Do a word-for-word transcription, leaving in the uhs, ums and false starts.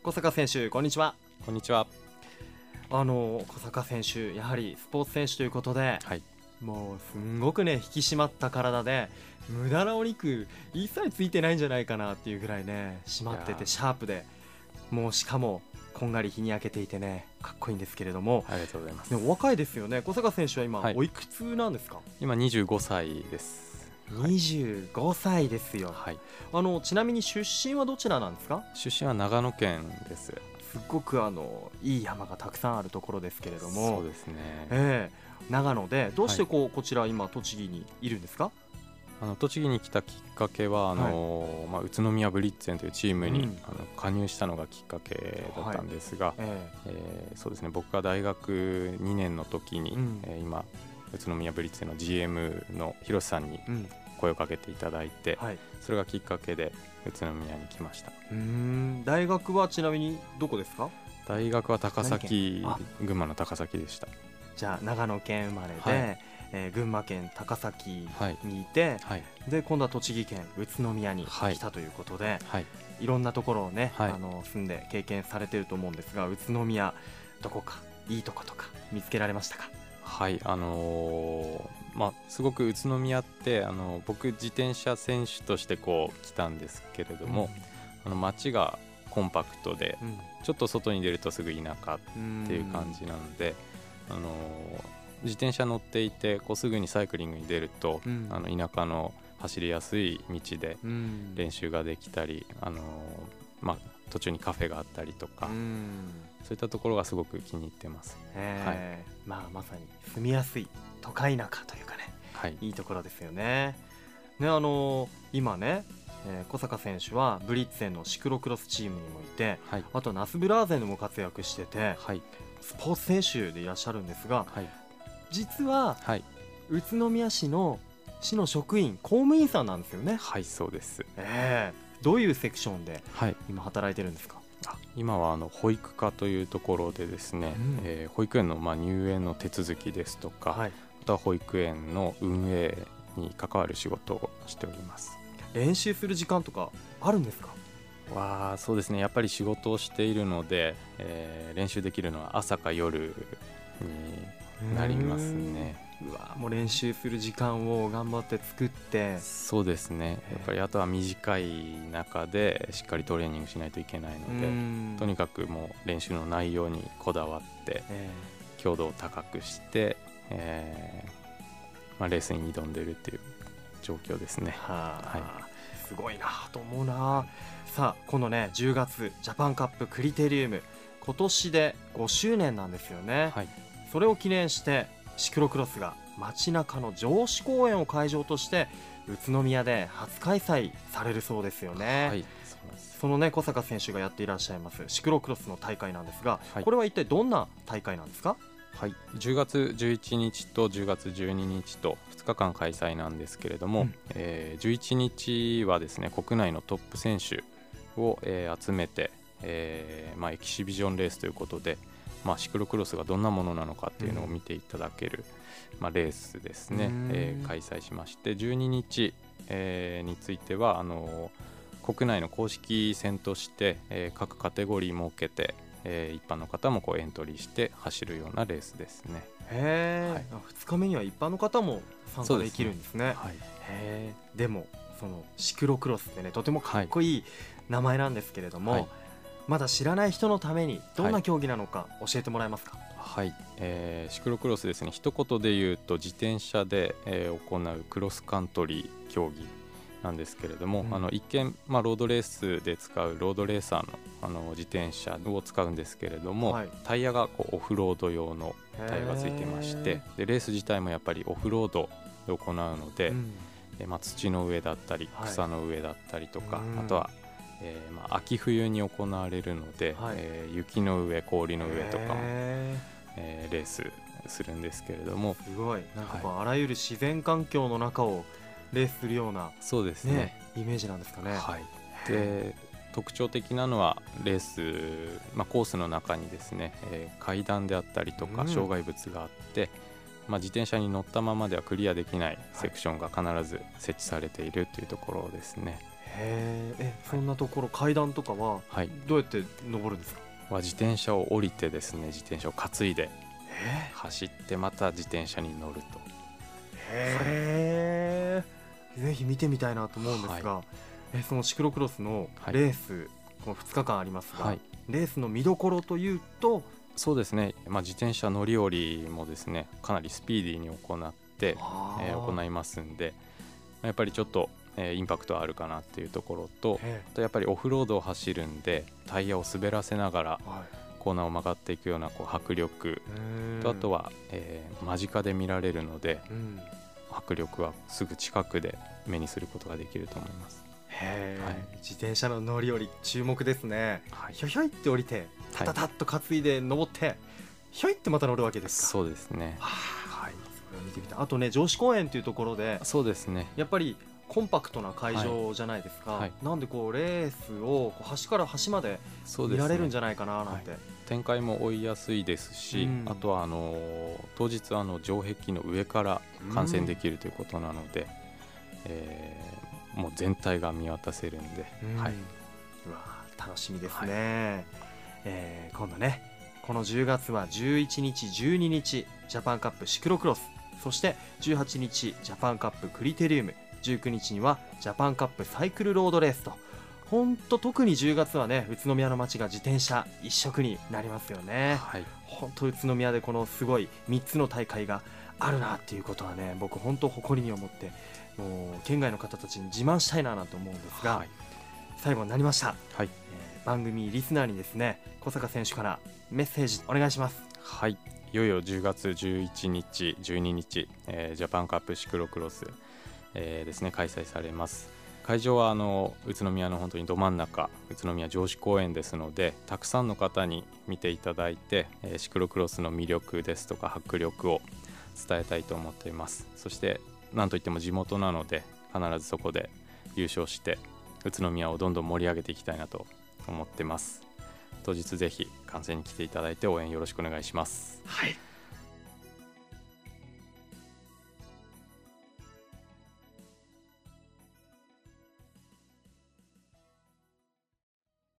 小坂選手、こんにちは。 こんにちは。 あの小坂選手、やはりスポーツ選手ということで、 はい、 もうすんごくね引き締まった体で無駄なお肉一切ついてないんじゃないかなっていうぐらいね締まっててシャープで、もうしかもこんがり日に焼けていてねかっこいいんですけれども。 ありがとうございます。 でもお若いですよね。小坂選手は今、 はい、 おいくつなんですか？ 今にじゅうごさいです。 にじゅうごさいですよ。 はい、 あのちなみに出身はどちらなんですか？ 出身は長野県です。 すっごくあのいい山がたくさんあるところですけれども。 そうですね、 えー、長野でどうしてこう、はい、こちら今栃木にいるんですか？ あの栃木に来たきっかけはあの、はいまあ、宇都宮ブリッツェンというチームに、うん、あの加入したのがきっかけだったんですが、はいえーえー、そうですね、僕が大学にねんの時に、うんえー、今宇都宮ブリッツェンの ジーエム の広瀬さんに声をかけていただいて、うんはい、それがきっかけで宇都宮に来ました。 うーん、大学はちなみにどこですか？ 大学は高崎、群馬の高崎でした。 じゃあ長野県生まれで、はいえー、群馬県高崎にいて、はい、で今度は栃木県宇都宮に来たということで、はい、いろんなところをね、はい、あの住んで経験されていると思うんですが、宇都宮どこかいいとことか見つけられましたか？ はいあのーまあ、すごく宇都宮ってあの僕自転車選手としてこう来たんですけれども、うん、あの街がコンパクトで、うん、ちょっと外に出るとすぐ田舎っていう感じなので、あのー、自転車乗っていてこうすぐにサイクリングに出ると、うん、あの田舎の走りやすい道で練習ができたり、あのーまあ、途中にカフェがあったりとか、うんそういったところがすごく気に入ってます。 はいまあ、まさに住みやすい都会田舎というかね、はい、いいところですよね。ねあのー、今ね、えー、小坂選手はブリッツェンのシクロクロスチームにもいて、はい、あとナスブラーゼンでも活躍してて、はい、スポーツ選手でいらっしゃるんですが、はい、実は、はい、宇都宮市の市の職員公務員さんなんですよね。 はいそうです、 えー、どういうセクションで今働いてるんですか？ 今はあの保育課というところでですね、うんえー、保育園のまあ入園の手続きですとか、はい、あとは保育園の運営に関わる仕事をしております。 練習する時間とかあるんですか？ わあそうですね、やっぱり仕事をしているので、えー、練習できるのは朝か夜になりますね。 うわもう練習する時間を頑張って作って。 そうですね、やっぱりあとは短い中でしっかりトレーニングしないといけないので、とにかくもう練習の内容にこだわって、えー、強度を高くして、えーまあ、レースに挑んでいるっていう状況ですね。 は、はい、すごいなと思うな。さあこのねじゅうがつジャパンカップクリテリウム今年でごしゅうねんなんですよね。はい、それを記念してシクロクロスが街中の城址公園を会場として宇都宮で初開催されるそうですよね。はい、そうです。そのね小坂選手がやっていらっしゃいますシクロクロスの大会なんですが、はい、これは一体どんな大会なんですか？ はい、じゅうがつじゅういちにちとじゅうがつじゅうににちとふつかかん開催なんですけれども、うんえー、じゅういちにちはですね国内のトップ選手を、えー、集めて、えーまあ、エキシビジョンレースということで、まあ、シクロクロスがどんなものなのかっていうのを見ていただける、うんまあ、レースですね、えー、開催しまして、じゅうににち、えー、についてはあのー、国内の公式戦として、えー、各カテゴリー設けて、えー、一般の方もこうエントリーして走るようなレースですね。 へー、はい、ふつかめには一般の方も参加できるんですね。はい、へーでもそのシクロクロスってねとてもかっこいい名前なんですけれども、はい、まだ知らない人のためにどんな競技なのか教えてもらえますか？ はい、えー、シクロクロスですね、一言で言うと自転車で、えー、行うクロスカントリー競技なんですけれども、うん、あの一見、まあ、ロードレースで使うロードレーサー の, あの自転車を使うんですけれども、はい、タイヤがこうオフロード用のタイヤがついてまして、でレース自体もやっぱりオフロードで行うので、うんえまあ、土の上だったり草の上だったりとか、はい、あとは、えーまあ、秋冬に行われるので、はいえー、雪の上氷の上とかも、えー、レースするんですけれども、 すごいなんかこう、はい、あらゆる自然環境の中をレースするような、 そうですね、 ね、イメージなんですかね。 はい、で特徴的なのはレース、まあ、コースの中にですね、えー、階段であったりとか障害物があって、うんまあ、自転車に乗ったままではクリアできないセクションが必ず設置されているというところですね。 へー、えそんなところ階段とかははいどうやって登るんですか？ は自転車を降りてですね、自転車を担いでえ走ってまた自転車に乗ると。 へー、ぜひ見てみたいなと思うんですが、えそのシクロクロスのレース、このふつかかんありますが、 はい、 レースの見どころというと、 そうですね、まあ、自転車乗り降りもですねかなりスピーディーに行って、えー、行いますんで、やっぱりちょっと、えー、インパクトあるかなっていうところと、とやっぱりオフロードを走るんでタイヤを滑らせながら、はい、コーナーを曲がっていくようなこう迫力と、あとは、えー、間近で見られるので、うん、迫力はすぐ近くで目にすることができると思います。 へー、はい、自転車の乗り降り注目ですね、はい、ひょひょいって降りてタタタッと担いで登って、はい、ひょいってまた乗るわけですか？ そうですね、 はい、それを見てみた。あとね、城址公園というところで、 そうですね、 やっぱりコンパクトな会場じゃないですか、はいはい、なんでこうレースをこう端から端まで見られるんじゃないかななんて、ね、はい、 展開も追いやすいですし、うん、あとはあの当日あの城壁の上から観戦できるということなので、うん、えーもう全体が見渡せるんで、うん、はい、 うわ楽しみですね、はい、えー、今度ねこのじゅうがつはじゅういちにちじゅうににちジャパンカップシクロクロス、そしてじゅうはちにちジャパンカップクリテリウム、じゅうくにちにはジャパンカップサイクルロードレースと、本当特にじゅうがつはね宇都宮の街が自転車一色になりますよね、はい、本当宇都宮でこのすごいみっつの大会があるなっていうことはね、僕本当誇りに思ってもう県外の方たちに自慢したいななんて思うんですが、はい、最後になりました、はい、えー、番組リスナーにですね小坂選手からメッセージお願いします。 はい、いよいよじゅうがつじゅういちにちじゅうににち、えー、ジャパンカップシクロクロス、えー、ですね開催されます。会場はあの宇都宮の本当にど真ん中、宇都宮城址公園ですので、たくさんの方に見ていただいて、えー、シクロクロスの魅力ですとか迫力を伝えたいと思っています。そしてなんといっても地元なので必ずそこで優勝して宇都宮をどんどん盛り上げていきたいなと思ってます。当日ぜひ観戦に来ていただいて応援よろしくお願いします。 はい。